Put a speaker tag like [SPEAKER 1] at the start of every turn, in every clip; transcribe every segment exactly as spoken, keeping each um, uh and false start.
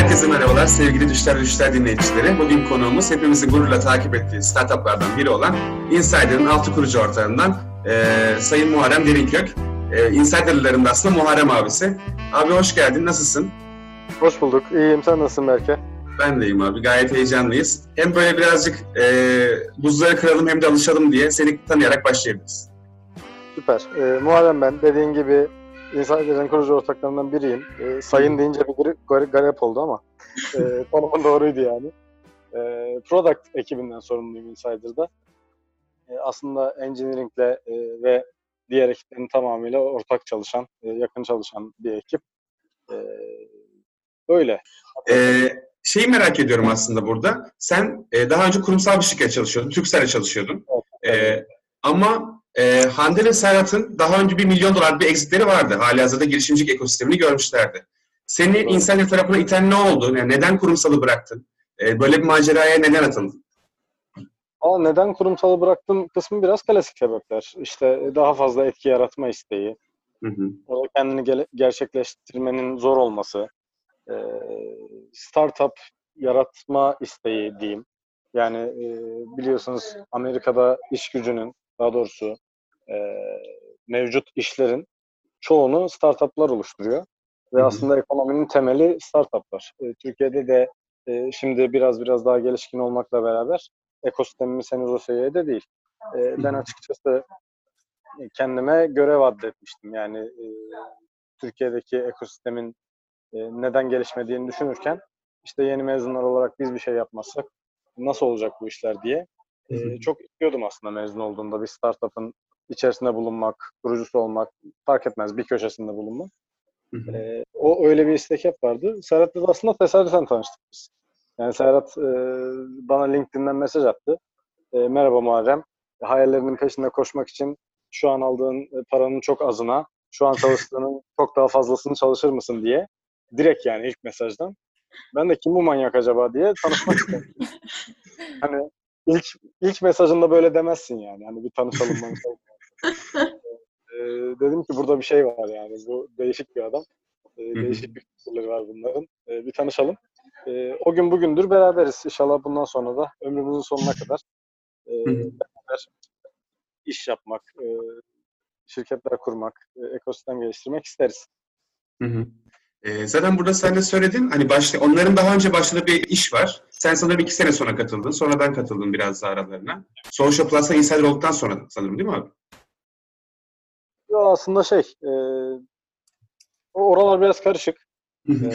[SPEAKER 1] Herkese merhabalar sevgili Düşler Düşler dinleyicileri. Bugün konuğumuz hepimizin gururla takip ettiği startuplardan biri olan Insider'ın altı kurucu ortağından e, Sayın Muharrem Derinkök. E, Insider'ların da aslında Muharrem abisi. Abi hoş geldin, nasılsın?
[SPEAKER 2] Hoş bulduk, iyiyim. Sen nasılsın Berke?
[SPEAKER 1] Ben de iyiyim abi, gayet heyecanlıyız. Hem böyle birazcık e, buzları kıralım hem de alışalım diye seni tanıyarak başlayabiliriz.
[SPEAKER 2] Süper. E, Muharrem ben. Dediğin gibi Insider'ın kurucu ortaklarından biriyim. E, sayın deyince bir garip, garip oldu ama e, konumun doğruydu yani. E, product ekibinden sorumluyum Insider'da. E, aslında engineering'le e, ve diğer ekiplerin tamamıyla ortak çalışan, e, yakın çalışan bir ekip. E, böyle.
[SPEAKER 1] Ee, şeyi merak ediyorum aslında burada. Sen e, daha önce kurumsal bir şirket çalışıyordun. Turkcell'e çalışıyordun. Ee, ama e, Hande ve Serhat'ın daha önce bir milyon dolar bir exitleri vardı. Halihazırda girişimcilik ekosistemini görmüşlerdi. Seni
[SPEAKER 2] Evet.
[SPEAKER 1] Insider tarafına iten ne oldu? Yani neden kurumsalı bıraktın? Ee, böyle bir maceraya neden atıldın?
[SPEAKER 2] Ama neden kurumsalı bıraktım kısmı biraz klasik sebepler. İşte daha fazla etki yaratma isteği,
[SPEAKER 1] Hı hı.
[SPEAKER 2] orada kendini gele- gerçekleştirmenin zor olması, e, startup yaratma isteği diyeyim. Yani e, biliyorsunuz Amerika'da iş gücünün, daha doğrusu e, mevcut işlerin çoğunu startuplar oluşturuyor.
[SPEAKER 1] Hı
[SPEAKER 2] Ve
[SPEAKER 1] hı.
[SPEAKER 2] aslında ekonominin temeli startuplar. E, Türkiye'de de e, şimdi biraz biraz daha gelişkin olmakla beraber ekosistemimiz henüz o seviyede değil. E, ben açıkçası kendime görev addetmiştim. Yani e, Türkiye'deki ekosistemin e, neden gelişmediğini düşünürken işte yeni mezunlar olarak biz bir şey yapmazsak nasıl olacak bu işler diye
[SPEAKER 1] Hı hı.
[SPEAKER 2] e, çok istiyordum aslında mezun olduğumda bir startup'ın içerisinde bulunmak, kurucusu olmak, fark etmez bir köşesinde bulunmak.
[SPEAKER 1] Hı hı.
[SPEAKER 2] E, o öyle bir istek hep vardı. Serhat'la da aslında tesadüfen tanıştık biz. Yani Serhat e, bana LinkedIn'den mesaj attı. E, merhaba Muharrem. Hayallerinin peşinde koşmak için şu an aldığın e, paranın çok azına, şu an çalıştığının çok daha fazlasını çalışır mısın diye. Direkt yani ilk mesajdan. Ben de kim bu manyak acaba diye tanışmak istedim. Hani ilk ilk mesajında böyle demezsin yani. Hani bir tanışalım tanışalım. E, dedim ki burada bir şey var yani. Bu değişik bir adam. E,
[SPEAKER 1] Hı hı.
[SPEAKER 2] değişik bir fikirleri var bunların. E, bir tanışalım. E, o gün bugündür beraberiz. İnşallah bundan sonra da ömrümüzün sonuna kadar e,
[SPEAKER 1] Hı hı.
[SPEAKER 2] beraber iş yapmak, e, şirketler kurmak, e, ekosistem geliştirmek isteriz.
[SPEAKER 1] Hı hı. Ee, zaten burada sen de söyledin, hani başta, onların daha önce başladığı bir iş var. Sen sanırım iki sene sonra katıldın, sonradan katıldın biraz daha aralarına. Social Plus'a insider olduktan sonra sanırım, değil mi abi?
[SPEAKER 2] Yo, aslında şey, e, oralar biraz karışık.
[SPEAKER 1] Hı hı.
[SPEAKER 2] E,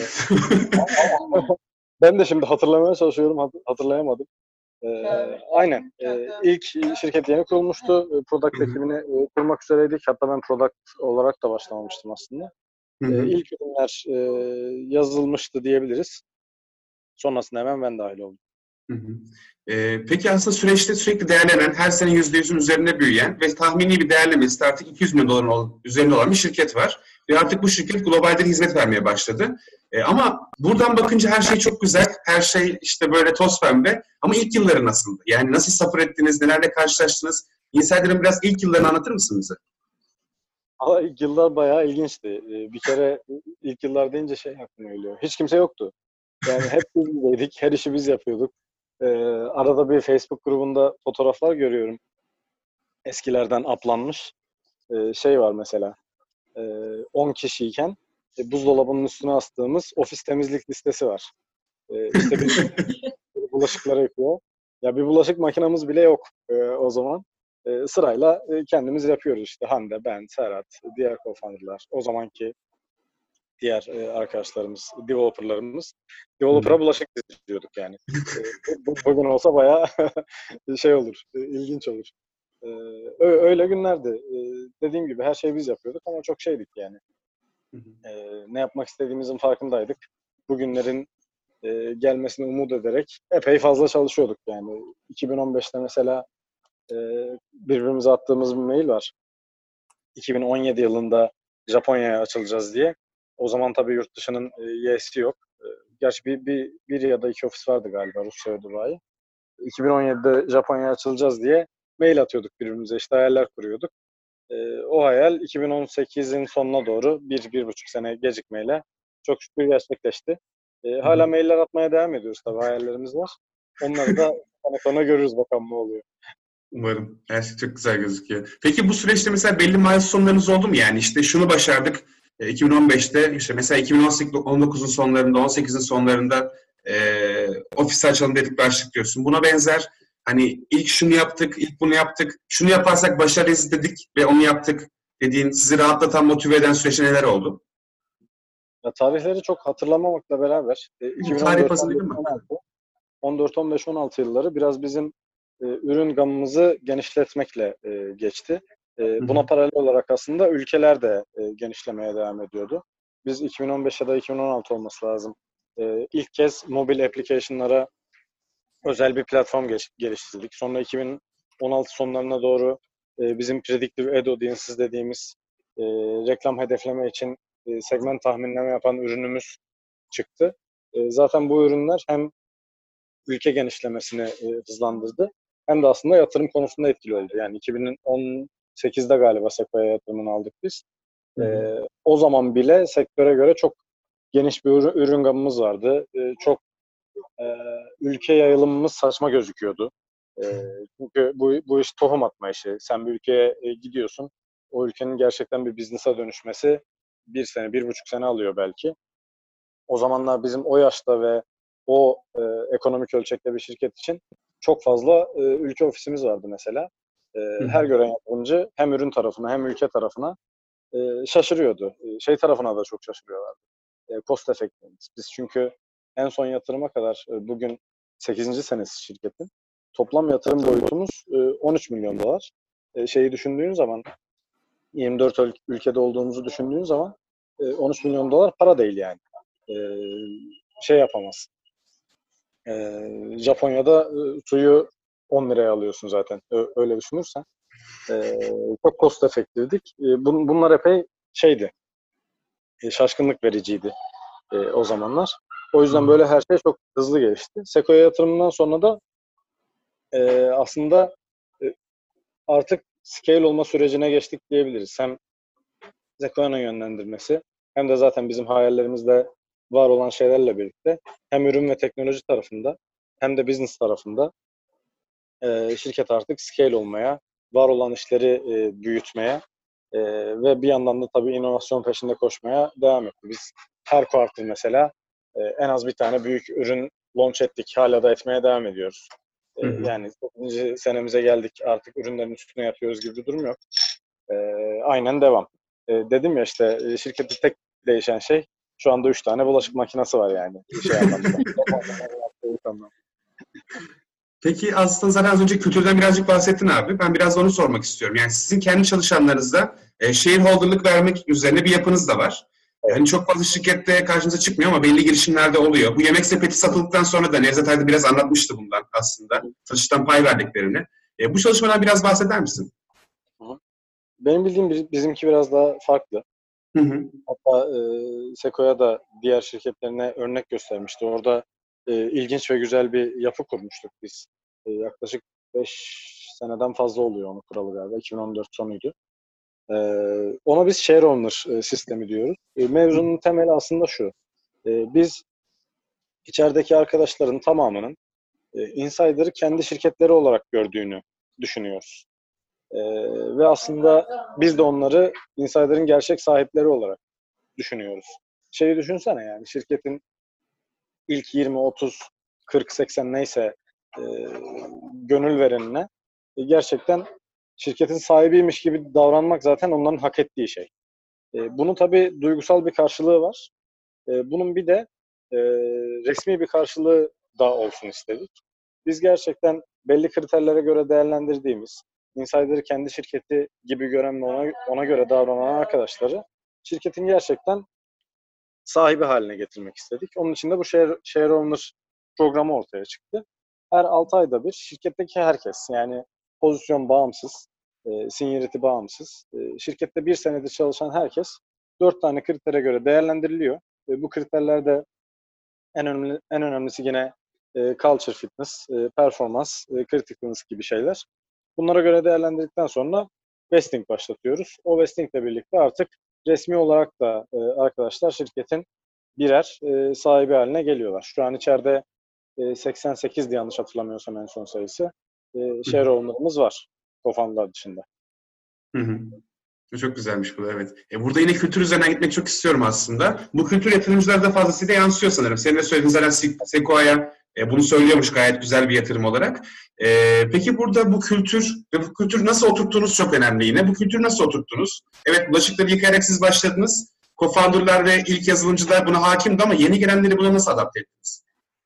[SPEAKER 2] ben de şimdi hatırlamaya çalışıyorum, hat- hatırlayamadım. E, aynen. E, ilk şirket yeni kurulmuştu. E, Product
[SPEAKER 1] Hı hı.
[SPEAKER 2] ekibini e, kurmak üzereydik. Hatta ben product olarak da başlamamıştım aslında.
[SPEAKER 1] Hı
[SPEAKER 2] E,
[SPEAKER 1] hı.
[SPEAKER 2] ilk ürünler e, yazılmıştı diyebiliriz. Sonrasında hemen ben dahil oldum.
[SPEAKER 1] Hı hı. Ee, peki aslında süreçte sürekli değerlenen, her sene yüzde yüzün üzerine büyüyen ve tahmini bir değerlemesi de artık iki yüz milyon doların üzerinde olan bir şirket var. Ve artık bu şirket globalde de hizmet vermeye başladı. Ee, ama buradan bakınca her şey çok güzel, her şey işte böyle toz pembe. Ama ilk yılları nasıldı? Yani nasıl suffer ettiniz, nelerle karşılaştınız? Insider'ın biraz ilk yıllarını anlatır mısın bize?
[SPEAKER 2] Ama ilk yıllar bayağı ilginçti. E, bir kere ilk yıllar deyince şey aklıma geliyor. Hiç kimse yoktu. Yani hep biz bizdeydik, her işi biz yapıyorduk. Ee, arada bir Facebook grubunda fotoğraflar görüyorum. Eskilerden uplanmış. Ee, şey var mesela, e, on kişiyken e, buzdolabının üstüne astığımız ofis temizlik listesi var. Ee, işte biri bulaşıkları yıkıyor. Ya bir bulaşık makinamız bile yok e, o zaman. E, sırayla e, kendimiz yapıyoruz işte. Hande, ben, Serhat, diğer co-founder'lar. O zamanki diğer e, arkadaşlarımız, developerlarımız.
[SPEAKER 1] Hı hı.
[SPEAKER 2] Developer'a bulaşık diziyorduk yani. E, bu, bugün olsa bayağı şey olur, e, ilginç olur. E, öyle günlerdi. E, dediğim gibi her şeyi biz yapıyorduk ama çok şeydik yani.
[SPEAKER 1] Hı hı.
[SPEAKER 2] E, ne yapmak istediğimizin farkındaydık. Bugünlerin e, gelmesini umut ederek epey fazla çalışıyorduk yani. iki bin on beşte mesela e, birbirimize attığımız bir mail var. iki bin on yedi yılında Japonya'ya açılacağız diye. O zaman tabii yurt dışının e, Y'si yok. E, gerçi bir, bir, bir ya da iki ofis vardı galiba Rusya ve Dubai. iki bin on yedide Japonya'ya açılacağız diye mail atıyorduk birbirimize, işte hayaller kuruyorduk. E, o hayal iki bin on sekizin sonuna doğru bir, bir buçuk sene gecikmeyle çok şükür gerçekleşti. E,
[SPEAKER 1] Hı
[SPEAKER 2] hala
[SPEAKER 1] hı.
[SPEAKER 2] mailler atmaya devam ediyoruz tabii, hayallerimiz var. Onları da sonra sonra görürüz bakalım ne oluyor.
[SPEAKER 1] Umarım. Her şey çok güzel gözüküyor. Peki bu süreçte mesela belli milestone'larınız oldu mu? Yani işte şunu başardık e, iki bin on beşte, işte mesela iki bin on dokuzun sonlarında, on sekizin sonlarında e, ofisi açalım dedik, başlık diyorsun. Buna benzer hani ilk şunu yaptık, ilk bunu yaptık, şunu yaparsak başarırız dedik ve onu yaptık dediğin, sizi rahatlatan, motive eden süreçte neler oldu?
[SPEAKER 2] Ya, tarihleri çok hatırlamamakla beraber e,
[SPEAKER 1] Değil mi? Tarih
[SPEAKER 2] iki bin on dört,
[SPEAKER 1] bazında değil mi?
[SPEAKER 2] on beş, on altı, on dört, on beş, on altı yılları biraz bizim e, ürün gamımızı genişletmekle e, geçti.
[SPEAKER 1] Hı
[SPEAKER 2] E, buna
[SPEAKER 1] hı.
[SPEAKER 2] paralel olarak aslında ülkeler de e, genişlemeye devam ediyordu. Biz iki bin on beş ya da iki bin on altı olması lazım. E, ilk kez mobil application'lara özel bir platform geç- geliştirdik. Sonra iki bin on altı sonlarına doğru e, bizim Predictive Ad Audiences dediğimiz e, reklam hedefleme için e, segment tahminleme yapan ürünümüz çıktı. E, zaten bu ürünler hem ülke genişlemesini e, hızlandırdı hem de aslında yatırım konusunda etkili oldu. Yani iki bin on sekizde galiba Sequoia yatırımını aldık biz.
[SPEAKER 1] Hı
[SPEAKER 2] E,
[SPEAKER 1] hı.
[SPEAKER 2] o zaman bile sektöre göre çok geniş bir ürün, ürün gamımız vardı. E, çok e, ülke yayılımımız saçma gözüküyordu. E, çünkü bu, bu iş tohum atma işi. Sen bir ülkeye e, gidiyorsun. O ülkenin gerçekten bir business'a dönüşmesi bir sene, bir buçuk sene alıyor belki. O zamanlar bizim o yaşta ve o e, ekonomik ölçekte bir şirket için çok fazla e, ülke ofisimiz vardı mesela. E,
[SPEAKER 1] Hı
[SPEAKER 2] her
[SPEAKER 1] hı.
[SPEAKER 2] gören yatırımcı hem ürün tarafına hem ülke tarafına e, şaşırıyordu. E, şey tarafına da çok şaşırıyorlar. E, cost effectiveness. Biz çünkü en son yatırıma kadar e, bugün sekizinci senesi şirketin. Toplam yatırım boyutumuz e, on üç milyon dolar. E, şeyi düşündüğün zaman yirmi dört ül- ülkede olduğumuzu düşündüğün zaman e, on üç milyon dolar para değil yani. E, şey yapamaz. E, Japonya'da e, suyu on liraya alıyorsun zaten. Ö- öyle düşünürsen. E, çok cost effective'dik. E, bun- bunlar epey şeydi. E, şaşkınlık vericiydi e, o zamanlar. O
[SPEAKER 1] Hı
[SPEAKER 2] yüzden
[SPEAKER 1] hı.
[SPEAKER 2] böyle her şey çok hızlı gelişti. Sequoia yatırımından sonra da e, aslında e, artık scale olma sürecine geçtik diyebiliriz. Hem Sequoia'nın yönlendirmesi hem de zaten bizim hayallerimizde var olan şeylerle birlikte hem ürün ve teknoloji tarafında hem de business tarafında e, şirket artık scale olmaya, var olan işleri e, büyütmeye e, ve bir yandan da tabii inovasyon peşinde koşmaya devam etti. Biz her quarter mesela e, en az bir tane büyük ürün launch ettik. Hala da etmeye devam ediyoruz. E,
[SPEAKER 1] Hı hı.
[SPEAKER 2] yani dokuzuncu senemize geldik, artık ürünlerin üstüne yapıyoruz gibi bir durum yok. E, aynen devam. E, dedim ya işte e, şirkette tek değişen şey şu anda üç tane bulaşık makinesi var yani şey anlamında.
[SPEAKER 1] Peki aslında zaten az önce kültürden birazcık bahsettin abi. Ben biraz da onu sormak istiyorum. Yani sizin kendi çalışanlarınızda e, shareholder'lık vermek üzerine bir yapınız da var.
[SPEAKER 2] Evet.
[SPEAKER 1] Yani çok fazla şirkette karşınıza çıkmıyor ama belli girişimlerde oluyor. Bu yemek sepeti satıldıktan sonra da Nevzat Ayda biraz anlatmıştı bundan aslında. Satıştan pay verdiklerini. E, bu çalışmadan biraz bahseder misin?
[SPEAKER 2] Benim bildiğim biz- bizimki biraz daha farklı.
[SPEAKER 1] Hı hı.
[SPEAKER 2] Hatta e, Sequoia da diğer şirketlerine örnek göstermişti. Orada e, ilginç ve güzel bir yapı kurmuştuk biz. E, yaklaşık beş seneden fazla oluyor onu kuralı galiba. iki bin on dört sonuydu. E, ona biz share owner e, sistemi diyoruz. E, mevzunun temeli aslında şu. E, biz içerideki arkadaşların tamamının e, insider'ı kendi şirketleri olarak gördüğünü düşünüyoruz. E, ve aslında biz de onları insider'ın gerçek sahipleri olarak düşünüyoruz. Şeyi düşünsene, yani şirketin ilk yirmi, otuz, kırk, seksen neyse e, gönül verenine e, gerçekten şirketin sahibiymiş gibi davranmak zaten onların hak ettiği şey. E, bunun tabii duygusal bir karşılığı var. E, bunun bir de e, resmi bir karşılığı da olsun istedik. Biz gerçekten belli kriterlere göre değerlendirdiğimiz, insider'ı kendi şirketi gibi gören ve ona, ona göre davranan arkadaşları şirketin gerçekten sahibi haline getirmek istedik. Onun için de bu share, share owner programı ortaya çıktı. Her altı ayda bir şirketteki herkes, yani pozisyon bağımsız, e, seniority bağımsız, e, şirkette bir senedir çalışan herkes dört tane kritere göre değerlendiriliyor. E, bu kriterlerde en önemli en önemlisi yine e, culture fitness, e, performans, e, criticalness gibi şeyler. Bunlara göre değerlendirdikten sonra vesting başlatıyoruz. O vestingle birlikte artık resmi olarak da e, arkadaşlar şirketin birer e, sahibi haline geliyorlar. Şu an içeride e, seksen sekizdi yanlış hatırlamıyorsam en son sayısı. E,
[SPEAKER 1] Hı hı.
[SPEAKER 2] shareholder'ımız var co-founder'lar dışında.
[SPEAKER 1] Hı hı. Çok güzelmiş bu da, evet. E burada yine kültür üzerinden gitmek çok istiyorum aslında. Bu kültür yatırımcılarda fazlasıyla yansıyor sanırım. Senin de söylediğin zaten Se- Sequoia e, bunu söylüyormuş gayet güzel bir yatırım olarak. E, peki burada bu kültür ve bu kültür nasıl oturttuğunuz çok önemli yine. Bu kültürü nasıl oturttunuz? Evet, bulaşıkları yıkayarak siz başladınız. Co-founder'lar ve ilk yazılımcılar buna hakimdi ama yeni gelenleri buna nasıl adapte ettiniz?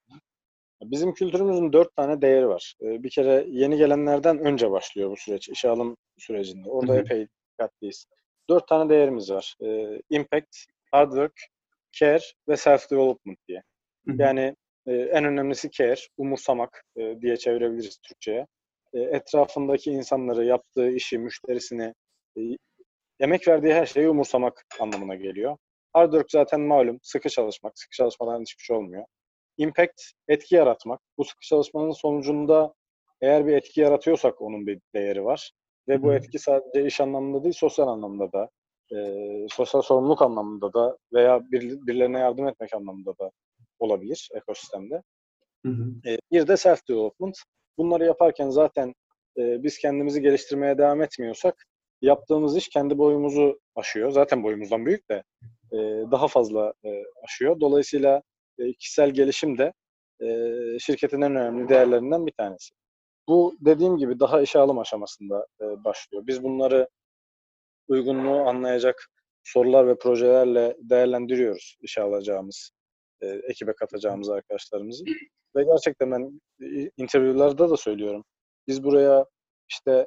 [SPEAKER 2] Bizim kültürümüzün dört tane değeri var. E, bir kere yeni gelenlerden önce başlıyor bu süreç, işe alım sürecinde.
[SPEAKER 1] Hı
[SPEAKER 2] Orada
[SPEAKER 1] hı.
[SPEAKER 2] epey dikkatliyiz. Dört tane değerimiz var. E, impact, hard work, care ve self-development diye.
[SPEAKER 1] Hı hı.
[SPEAKER 2] Yani e, en önemlisi care, umursamak e, diye çevirebiliriz Türkçe'ye. E, etrafındaki insanları, yaptığı işi, müşterisini, e, emek verdiği her şeyi umursamak anlamına geliyor. Hard work zaten malum, sıkı çalışmak. Sıkı çalışmadan hiçbir şey olmuyor. Impact, etki yaratmak. Bu sıkı çalışmanın sonucunda eğer bir etki yaratıyorsak onun bir değeri var.
[SPEAKER 1] Hı
[SPEAKER 2] Ve bu
[SPEAKER 1] hı.
[SPEAKER 2] etki sadece iş anlamında değil, sosyal anlamda da, e, sosyal sorumluluk anlamında da veya bir, birilerine yardım etmek anlamında da olabilir ekosistemde.
[SPEAKER 1] Hı hı.
[SPEAKER 2] E, bir de self development. Bunları yaparken zaten e, biz kendimizi geliştirmeye devam etmiyorsak yaptığımız iş kendi boyumuzu aşıyor. Zaten boyumuzdan büyük de e, daha fazla e, aşıyor. Dolayısıyla e, kişisel gelişim de e, şirketin en önemli değerlerinden bir tanesi. Bu dediğim gibi daha işe alım aşamasında e, başlıyor. Biz bunları uygunluğu anlayacak sorular ve projelerle değerlendiriyoruz işe alacağımız, e, ekibe katacağımız arkadaşlarımızı. Ve gerçekten ben e, interview'larda da söylüyorum. Biz buraya işte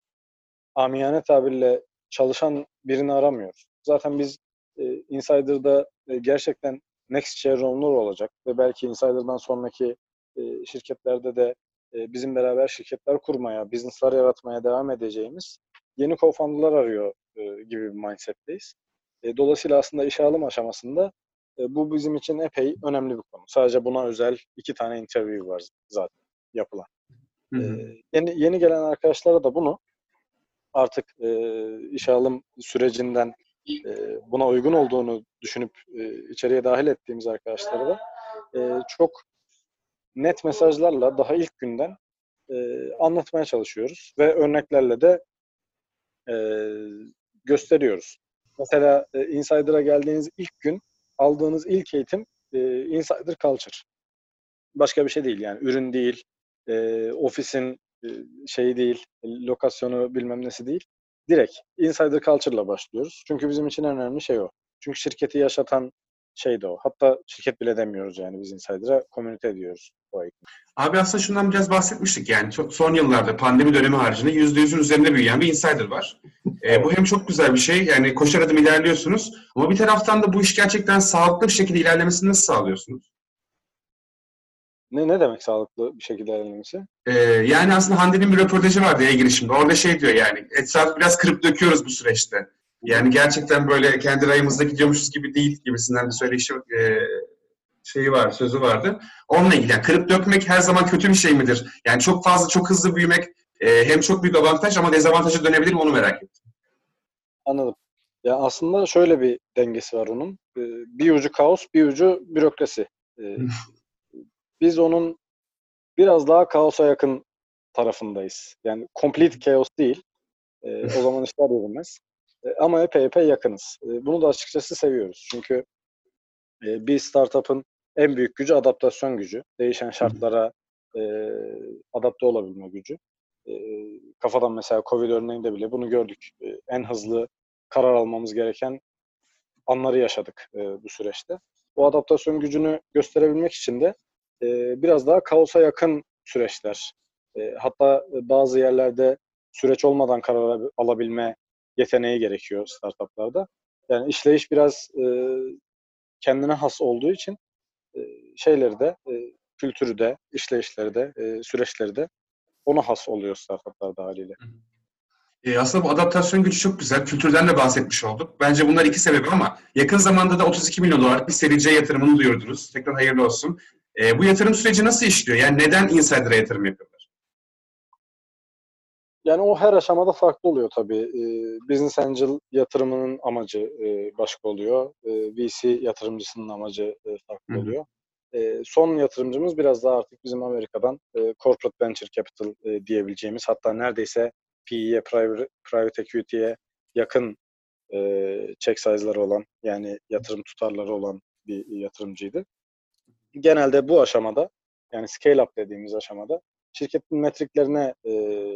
[SPEAKER 2] amiyane tabirle çalışan birini aramıyoruz. Zaten biz e, Insider'da e, gerçekten next shareholder olacak ve belki Insider'dan sonraki e, şirketlerde de e, bizim beraber şirketler kurmaya, business'lar yaratmaya devam edeceğimiz yeni co-founder'lar arıyor e, gibi bir mindset'teyiz. E, dolayısıyla aslında işe alım aşamasında e, bu bizim için epey önemli bir konu. Sadece buna özel iki tane interview var zaten yapılan.
[SPEAKER 1] Hı
[SPEAKER 2] E,
[SPEAKER 1] hı.
[SPEAKER 2] yeni, yeni gelen arkadaşlara da bunu artık e, işe alım sürecinden e, buna uygun olduğunu düşünüp e, içeriye dahil ettiğimiz arkadaşlara da e, çok net mesajlarla daha ilk günden e, anlatmaya çalışıyoruz ve örneklerle de e, gösteriyoruz. Mesela e, Insider'a geldiğiniz ilk gün aldığınız ilk eğitim e, Insider Culture. Başka bir şey değil yani ürün değil, e, ofisin e, şeyi değil, lokasyonu bilmem nesi değil. Direkt Insider Culture'la başlıyoruz. Çünkü bizim için en önemli şey o. Çünkü şirketi yaşatan şey de o. Hatta şirket bile demiyoruz yani biz Insider'a, komünite diyoruz o ekip.
[SPEAKER 1] Abi aslında şundan biraz bahsetmiştik yani çok, son yıllarda pandemi dönemi haricinde yüzde yüzün üzerinde büyüyen bir insider var. E, bu
[SPEAKER 2] Evet.
[SPEAKER 1] hem çok güzel bir şey yani koşar adım ilerliyorsunuz ama bir taraftan da bu iş gerçekten sağlıklı bir şekilde ilerlemesini nasıl sağlıyorsunuz?
[SPEAKER 2] Ne, ne demek sağlıklı bir şekilde ilerlemesi?
[SPEAKER 1] E, yani aslında Hande'nin bir röportajı vardı ya girişimde orada şey diyor yani etrafı biraz kırıp döküyoruz bu süreçte. Yani gerçekten böyle kendi rayımızda gidiyormuşuz gibi değil gibisinden bir söyleşi e, şeyi var, sözü vardı. Onunla ilgili. Yani kırıp dökmek her zaman kötü bir şey midir? Yani çok fazla, çok hızlı büyümek e, hem çok büyük avantaj ama dezavantaja dönebilir mi onu merak ettim.
[SPEAKER 2] Anladım. Ya aslında şöyle bir dengesi var onun. Ee, bir ucu kaos, bir ucu bürokrasi. Ee, biz onun biraz daha kaosa yakın tarafındayız. Yani complete chaos değil. Ee, o zaman işler yürümez. Ee, ama epey epey yakınız. Ee, bunu da açıkçası seviyoruz. Çünkü e, bir startup'ın en büyük gücü adaptasyon gücü. Değişen şartlara e, adapte olabilme gücü. E, kafadan mesela Covid örneğinde bile bunu gördük. E, en hızlı karar almamız gereken anları yaşadık e, bu süreçte. Bu adaptasyon gücünü gösterebilmek için de e, biraz daha kaosa yakın süreçler. E, hatta bazı yerlerde süreç olmadan karar alabilme yeteneği gerekiyor startuplarda. Yani işleyiş biraz e, kendine has olduğu için e, şeyleri de, e, kültürü de, işleyişleri de, e, süreçleri de ona has oluyor startuplarda haliyle.
[SPEAKER 1] E, aslında bu adaptasyon gücü çok güzel. Kültürden de bahsetmiş olduk. Bence bunlar iki sebebi ama yakın zamanda da otuz iki milyon dolarlık bir seri C yatırımını duyurdunuz. Tekrar hayırlı olsun. E, bu yatırım süreci nasıl işliyor? Yani neden Insider'a yatırım yapıyorlar?
[SPEAKER 2] Yani o her aşamada farklı oluyor tabii. Ee, Business Angel yatırımının amacı e, başka oluyor. Ee, V C yatırımcısının amacı e,
[SPEAKER 1] Hı
[SPEAKER 2] farklı
[SPEAKER 1] hı.
[SPEAKER 2] oluyor. Ee, son yatırımcımız biraz daha artık bizim Amerika'dan e, Corporate Venture Capital e, diyebileceğimiz, hatta neredeyse P E'ye, Private, Private Equity'ye yakın e, check size'ları olan, yani yatırım tutarları olan bir yatırımcıydı. Genelde bu aşamada, yani scale up dediğimiz aşamada şirketin metriklerine e,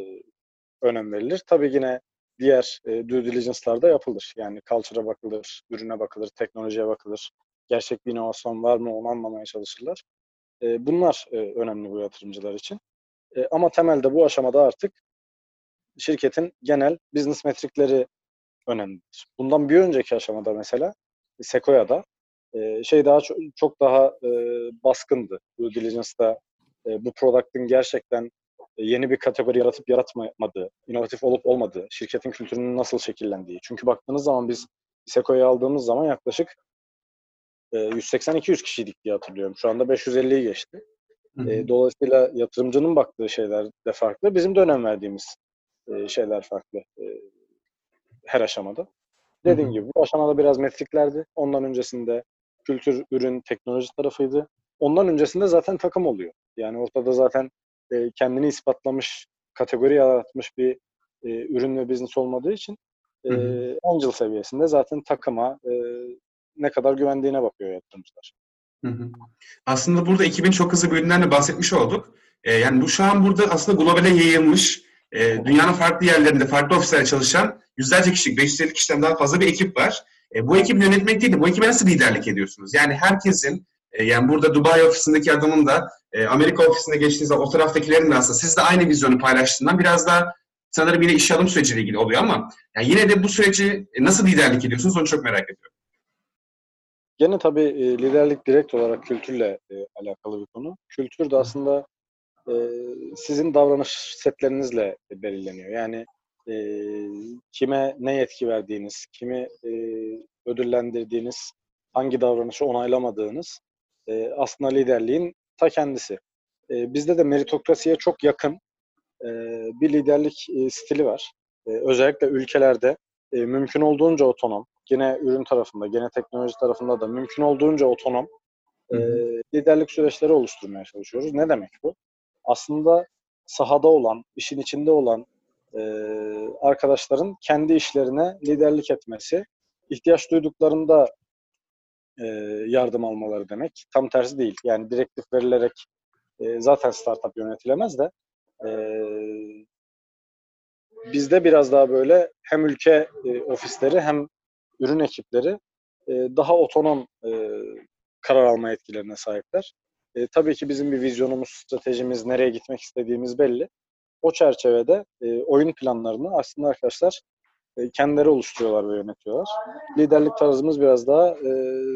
[SPEAKER 2] önem verilir. Tabii yine diğer e, due diligence'lar da yapılır. Yani culture'a bakılır, ürüne bakılır, teknolojiye bakılır. Gerçek bir inovasyon var mı onu anlamaya çalışırlar. E, bunlar e, önemli bu yatırımcılar için. E, ama temelde bu aşamada artık şirketin genel business metrikleri önemlidir. Bundan bir önceki aşamada mesela Sequoia'da e, şey daha çok, çok daha e, baskındı. Due diligence'da e, bu product'ın gerçekten e, yeni bir kategori yaratıp yaratmadığı, inovatif olup olmadığı, şirketin kültürünün nasıl şekillendiği. Çünkü baktığınız zaman biz Sequoia'yı aldığımız zaman yaklaşık e, yüz seksen iki yüz kişiydik diye hatırlıyorum. Şu anda beş yüz elliyi geçti.
[SPEAKER 1] Hı hı.
[SPEAKER 2] E, dolayısıyla yatırımcının baktığı şeyler de farklı. Bizim de önem verdiğimiz e, şeyler farklı e, her aşamada.
[SPEAKER 1] Hı hı.
[SPEAKER 2] Dediğim gibi bu aşamada biraz metriklerdi. Ondan öncesinde kültür, ürün, teknoloji tarafıydı. Ondan öncesinde zaten takım oluyor. Yani ortada zaten e, kendini ispatlamış, kategori yaratmış bir e, ürün ve business olmadığı için e,
[SPEAKER 1] Hı hı.
[SPEAKER 2] Angel seviyesinde zaten takıma e, ne kadar güvendiğine bakıyor yatırımcılar.
[SPEAKER 1] Hı hı. Aslında burada ekibin çok hızlı büyüdüğünden de bahsetmiş olduk. Ee, yani bu şu an burada aslında globale yayılmış, e, dünyanın farklı yerlerinde, farklı ofislerde çalışan yüzlerce kişilik, beş yüz elli kişiden daha fazla bir ekip var. E, bu ekibi yönetmek değil de bu ekibe nasıl liderlik ediyorsunuz? Yani herkesin, e, yani burada Dubai ofisindeki adamın da, e, Amerika ofisinde geçtiğinizde o taraftakilerin de aslında siz de aynı vizyonu paylaştığından biraz daha sanırım yine iş alım süreciyle ilgili oluyor ama yani yine de bu süreci e, nasıl liderlik ediyorsunuz onu çok merak ediyorum.
[SPEAKER 2] Gene tabii e, liderlik direkt olarak kültürle e, alakalı bir konu. Kültür de aslında e, sizin davranış setlerinizle belirleniyor. Yani e, kime ne yetki verdiğiniz, kimi e, ödüllendirdiğiniz, hangi davranışı onaylamadığınız e, aslında liderliğin ta kendisi. E, bizde de meritokrasiye çok yakın e, bir liderlik e, stili var. E, özellikle ülkelerde e, mümkün olduğunca otonom, gene ürün tarafında, gene teknoloji tarafında da mümkün olduğunca otonom e,
[SPEAKER 1] Hı hı.
[SPEAKER 2] liderlik süreçleri oluşturmaya çalışıyoruz. Ne demek bu? Aslında sahada olan, işin içinde olan e, arkadaşların kendi işlerine liderlik etmesi, ihtiyaç duyduklarında e, yardım almaları demek. Tam tersi değil. Yani direktif verilerek e, zaten startup yönetilemez de e, bizde biraz daha böyle hem ülke e, ofisleri hem ürün ekipleri e, daha otonom e, karar alma yetkilerine sahipler. E, tabii ki bizim bir vizyonumuz, stratejimiz, nereye gitmek istediğimiz belli. O çerçevede e, oyun planlarını aslında arkadaşlar e, kendileri oluşturuyorlar ve yönetiyorlar. Liderlik tarzımız biraz daha e,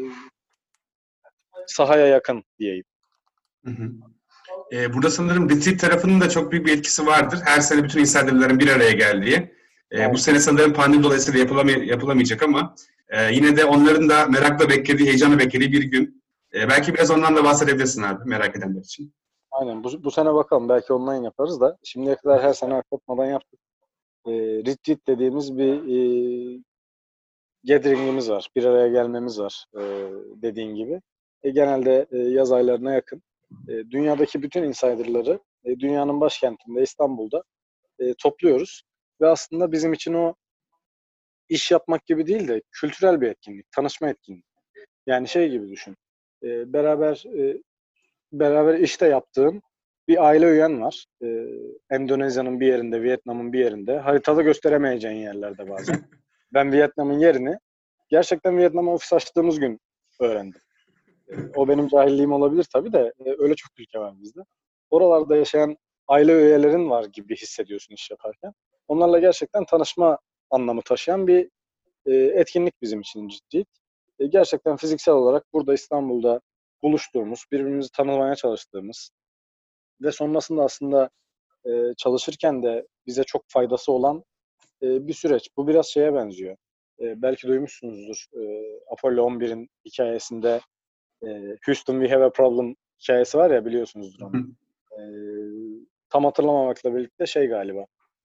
[SPEAKER 2] sahaya yakın diyeyim.
[SPEAKER 1] Hı hı. Ee, burada sanırım retreat tarafının da çok büyük bir etkisi vardır. Her sene bütün insiderlerin bir araya geldiği. Ee, bu
[SPEAKER 2] Aynen.
[SPEAKER 1] sene sanırım pandemi dolayısıyla yapılamay- yapılamayacak ama e, yine de onların da merakla beklediği, heyecanla beklediği bir gün. Ee, belki biraz ondan da bahsedebilirsin abi, merak edenler için.
[SPEAKER 2] Aynen. Bu, bu sene bakalım. Belki online yaparız da. Şimdiye kadar her sene aklatmadan yaptık. E, retreat dediğimiz bir e, gathering'imiz var. Bir araya gelmemiz var e, dediğin gibi. E, genelde e, yaz aylarına yakın. E, dünyadaki bütün insider'ları e, dünyanın başkentinde İstanbul'da e, topluyoruz. Ve aslında bizim için o iş yapmak gibi değil de kültürel bir etkinlik, tanışma etkinliği. Yani şey gibi düşün. E, beraber e, beraber işte yaptığın bir aile üyen var. E, Endonezya'nın bir yerinde, Vietnam'ın bir yerinde. Haritada gösteremeyeceğin yerlerde bazen. Ben Vietnam'ın yerini gerçekten Vietnam'a ofis açtığımız gün öğrendim. E, o benim cahilliğim olabilir tabii de e, öyle çok ülke var bizde. Oralarda yaşayan aile üyelerin var gibi hissediyorsun iş yaparken. Onlarla gerçekten tanışma anlamı taşıyan bir e, etkinlik bizim için ciddi. E, gerçekten fiziksel olarak burada İstanbul'da buluştuğumuz, birbirimizi tanımaya çalıştığımız ve sonrasında aslında e, çalışırken de bize çok faydası olan e, bir süreç. Bu biraz şeye benziyor. E, belki duymuşsunuzdur. E, Apollo on birin hikayesinde e, Houston we have a problem hikayesi var ya biliyorsunuzdur onu. E, tam hatırlamamakla birlikte şey galiba.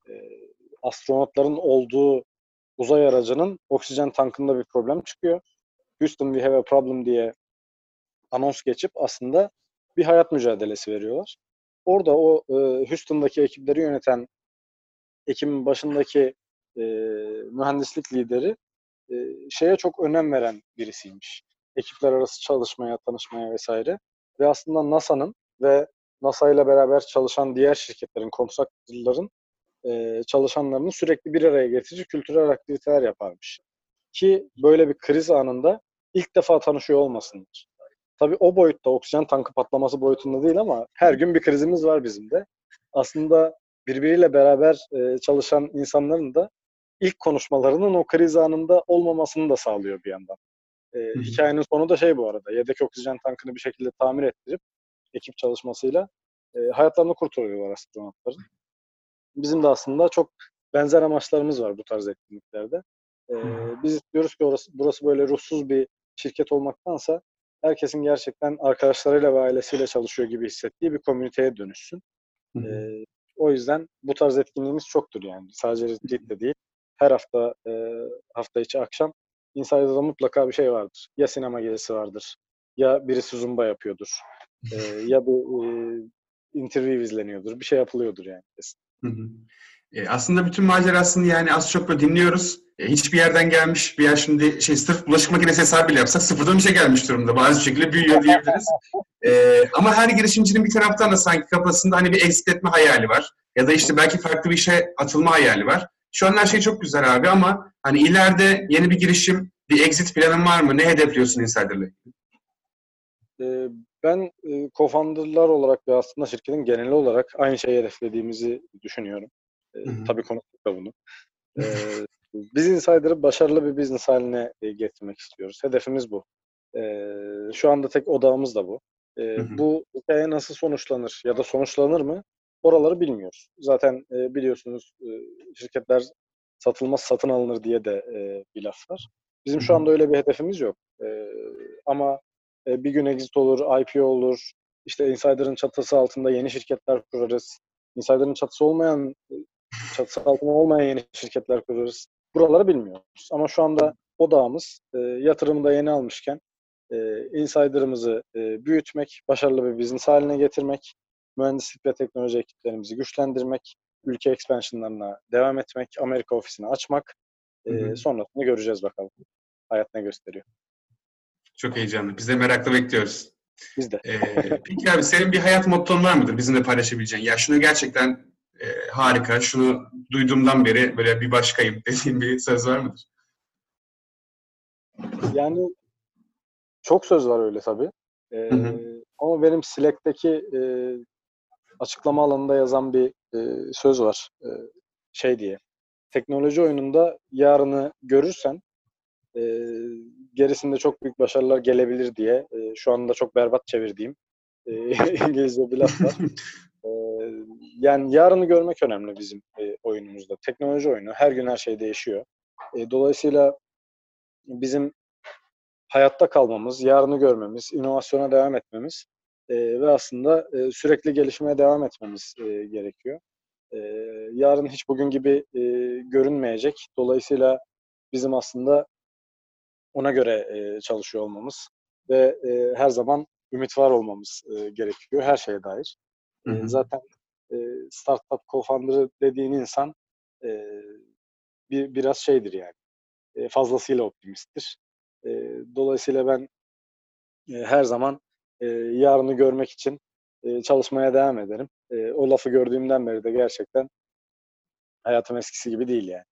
[SPEAKER 2] e, astronotların olduğu uzay aracının oksijen tankında bir problem çıkıyor. Houston we have a problem diye anons geçip aslında bir hayat mücadelesi veriyorlar. Orada o e, Houston'daki ekipleri yöneten ekibin başındaki e, mühendislik lideri e, şeye çok önem veren birisiymiş. Ekipler arası çalışmaya, tanışmaya vesaire. Ve aslında NASA'nın ve NASA ile beraber çalışan diğer şirketlerin, komşuların e, çalışanlarını sürekli bir araya getirici kültürel aktiviteler yaparmış. Ki böyle bir kriz anında ilk defa tanışıyor olmasınlar. Tabii o boyutta, oksijen tankı patlaması boyutunda değil ama her gün bir krizimiz var bizim de. Aslında birbiriyle beraber e, çalışan insanların da ilk konuşmalarının o kriz anında olmamasını da sağlıyor bir yandan. E,
[SPEAKER 1] Hı hı.
[SPEAKER 2] hikayenin sonu da şey bu arada, yedek oksijen tankını bir şekilde tamir ettirip ekip çalışmasıyla e, hayatlarını kurtarıyorlar astronotların. Bizim de aslında çok benzer amaçlarımız var bu tarz etkinliklerde. E, biz istiyoruz ki orası, burası böyle ruhsuz bir şirket olmaktansa herkesin gerçekten arkadaşlarıyla ve ailesiyle çalışıyor gibi hissettiği bir komüniteye dönüşsün.
[SPEAKER 1] Hı hı.
[SPEAKER 2] E, o yüzden bu tarz etkinliğimiz çoktur yani. Sadece retreat de değil. Her hafta e, hafta içi akşam Insider'da mutlaka bir şey vardır. Ya sinema gezisi vardır, ya birisi zumba yapıyordur, e, ya bir e, interview izleniyordur. Bir şey yapılıyordur yani kesin.
[SPEAKER 1] Hı hı. E, aslında bütün macerasını yani az çok böyle dinliyoruz. E, hiçbir yerden gelmiş bir yer şimdi şey sırf bulaşık makinesi hesabı bile yapsak sıfırdan bir şey gelmiş durumda. Bazı bir şekilde büyüyor diyebiliriz. E, ama her girişimcinin bir taraftan da sanki kafasında hani bir exit etme hayali var. Ya da işte belki farklı bir işe atılma hayali var. Şu an her şey çok güzel abi ama hani ileride yeni bir girişim, bir exit planın var mı? Ne hedefliyorsun Insider'la?
[SPEAKER 2] E, ben e, co-founder'lar olarak ve aslında şirketin geneli olarak aynı şeyi hedeflediğimizi düşünüyorum. E,
[SPEAKER 1] Hı hı.
[SPEAKER 2] tabii konuştuk da bunu. E, biz Insider'ı başarılı bir business haline e, getirmek istiyoruz. Hedefimiz bu. E, şu anda tek odağımız da bu.
[SPEAKER 1] Hı
[SPEAKER 2] E,
[SPEAKER 1] hı.
[SPEAKER 2] bu hikaye nasıl sonuçlanır ya da sonuçlanır mı? Oraları bilmiyoruz. Zaten e, biliyorsunuz e, şirketler satılmaz satın alınır diye de e, bir laf var. Bizim
[SPEAKER 1] Hı
[SPEAKER 2] şu
[SPEAKER 1] hı.
[SPEAKER 2] anda öyle bir hedefimiz yok. E, ama e, bir gün exit olur, I P O olur. İşte Insider'ın çatısı altında yeni şirketler kurarız. Insider'ın çatısı olmayan, çatısı altında olmayan yeni şirketler kurarız. Buraları bilmiyoruz. Ama şu anda odağımız e, yatırımı da yeni almışken e, Insider'ımızı e, büyütmek, başarılı bir business haline getirmek, mühendislik ve teknoloji ekiplerimizi güçlendirmek, ülke expansionlarına devam etmek, Amerika ofisini açmak.
[SPEAKER 1] Hı hı.
[SPEAKER 2] E, sonrasını göreceğiz bakalım. Hayat ne gösteriyor.
[SPEAKER 1] Çok heyecanlı. Biz de merakla bekliyoruz.
[SPEAKER 2] Biz de.
[SPEAKER 1] Ee, peki abi senin bir hayat motton var mıdır bizimle paylaşabileceğin? Ya şunu gerçekten e, harika, şunu duyduğumdan beri böyle bir başkayım dediğin bir söz var mıdır?
[SPEAKER 2] Yani çok söz var öyle tabii.
[SPEAKER 1] Hı
[SPEAKER 2] E,
[SPEAKER 1] hı.
[SPEAKER 2] ama benim Slack'teki e, açıklama alanında yazan bir e, söz var. E, şey diye. Teknoloji oyununda yarını görürsen e, gerisinde çok büyük başarılar gelebilir diye e, şu anda çok berbat çevirdiğim e, İngilizce bir laf var. E, yani yarını görmek önemli bizim e, oyunumuzda. Teknoloji oyunu. Her gün her şey değişiyor. E, dolayısıyla bizim hayatta kalmamız, yarını görmemiz, inovasyona devam etmemiz e, ve aslında e, sürekli gelişmeye devam etmemiz e, gerekiyor. E, yarın hiç bugün gibi e, görünmeyecek. Dolayısıyla bizim aslında ona göre e, çalışıyor olmamız ve e, her zaman ümit var olmamız e, gerekiyor her şeye dair.
[SPEAKER 1] Hı
[SPEAKER 2] E,
[SPEAKER 1] hı.
[SPEAKER 2] zaten e, startup co-founder'ı dediğin insan e, bir biraz şeydir yani. E, fazlasıyla optimisttir. E, dolayısıyla ben e, her zaman e, yarını görmek için e, çalışmaya devam ederim. E, o lafı gördüğümden beri de gerçekten hayatım eskisi gibi değil yani.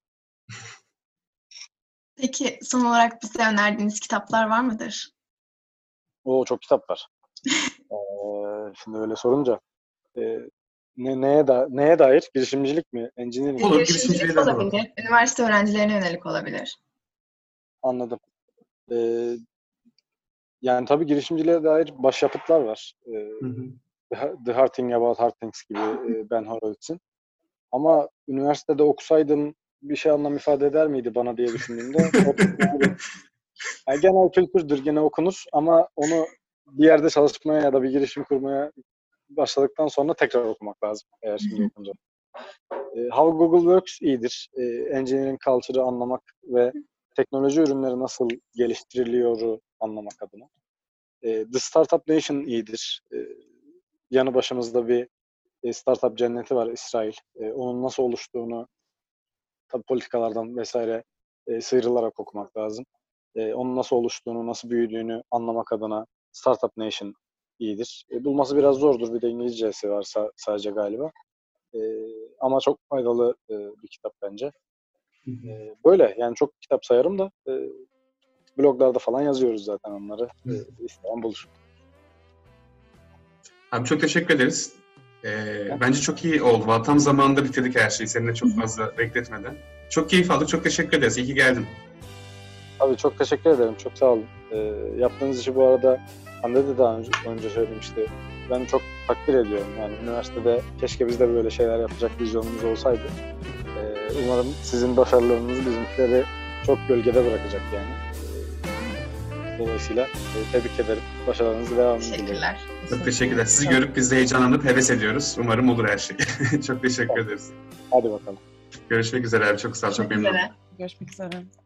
[SPEAKER 3] Peki son olarak bize önerdiğiniz kitaplar var mıdır?
[SPEAKER 2] O çok kitap var. E, şimdi öyle sorunca e, ne, neye da neye dair? Girişimcilik mi? Engineering mi?
[SPEAKER 1] Olur, girişimciliğe
[SPEAKER 3] Girişimcilik
[SPEAKER 1] de alalım.
[SPEAKER 3] olabilir, üniversite öğrencilerine yönelik olabilir.
[SPEAKER 2] Anladım. E, yani tabii girişimciliğe dair başyapıtlar var. E,
[SPEAKER 1] Hı hı.
[SPEAKER 2] The Hard Thing About Hard Things gibi e, Ben Horowitz'in. Ama üniversitede okusaydım bir şey anlam ifade eder miydi bana diye düşündüğümde o, yani, yani genel kültürdür, gene okunur ama onu bir yerde çalışmaya ya da bir girişim kurmaya başladıktan sonra tekrar okumak lazım eğer şimdi okunca. E, How Google Works iyidir. E, engineering culture'ı anlamak ve teknoloji ürünleri nasıl geliştiriliyoru anlamak adına. E, The Startup Nation iyidir. E, yanı başımızda bir e, startup cenneti var, İsrail. E, onun nasıl oluştuğunu tabii politikalardan vesaire e, sıyrılarak okumak lazım. E, onun nasıl oluştuğunu, nasıl büyüdüğünü anlamak adına Startup Nation iyidir. E, bulması biraz zordur. Bir de İngilizcesi var sa- sadece galiba. E, ama çok faydalı e, bir kitap bence. E, böyle yani çok kitap sayarım da e, bloglarda falan yazıyoruz zaten onları. E, isteyen bulur.
[SPEAKER 1] Abi çok teşekkür ederiz. Ee, bence çok iyi oldu. Vallahi tam zamanında bitirdik her şeyi. Seninle çok fazla bekletmeden. Çok keyif aldık. Çok teşekkür ederiz. İyi ki geldin.
[SPEAKER 2] Abi çok teşekkür ederim. Çok sağ olun. E, yaptığınız işi bu arada Hande de daha önce, önce söylemişti. Ben çok takdir ediyorum. Yani üniversitede keşke biz de böyle şeyler yapacak vizyonumuz olsaydı. Ee, umarım sizin başarılarınız bizimkileri çok gölgede bırakacak yani. Ee, dolayısıyla e, tebrik ederim. Başarılarınızı devamını dilerim.
[SPEAKER 3] Teşekkürler.
[SPEAKER 1] Çok teşekkürler. Sizi görüp biz de heyecanlanıp heves ediyoruz. Umarım olur her şey. Çok teşekkür ederiz.
[SPEAKER 2] Hadi bakalım.
[SPEAKER 1] Görüşmek üzere abi. Çok sağ ol. Çok
[SPEAKER 3] Görüşmek
[SPEAKER 1] memnun oldum.
[SPEAKER 3] üzere.
[SPEAKER 4] Görüşmek üzere.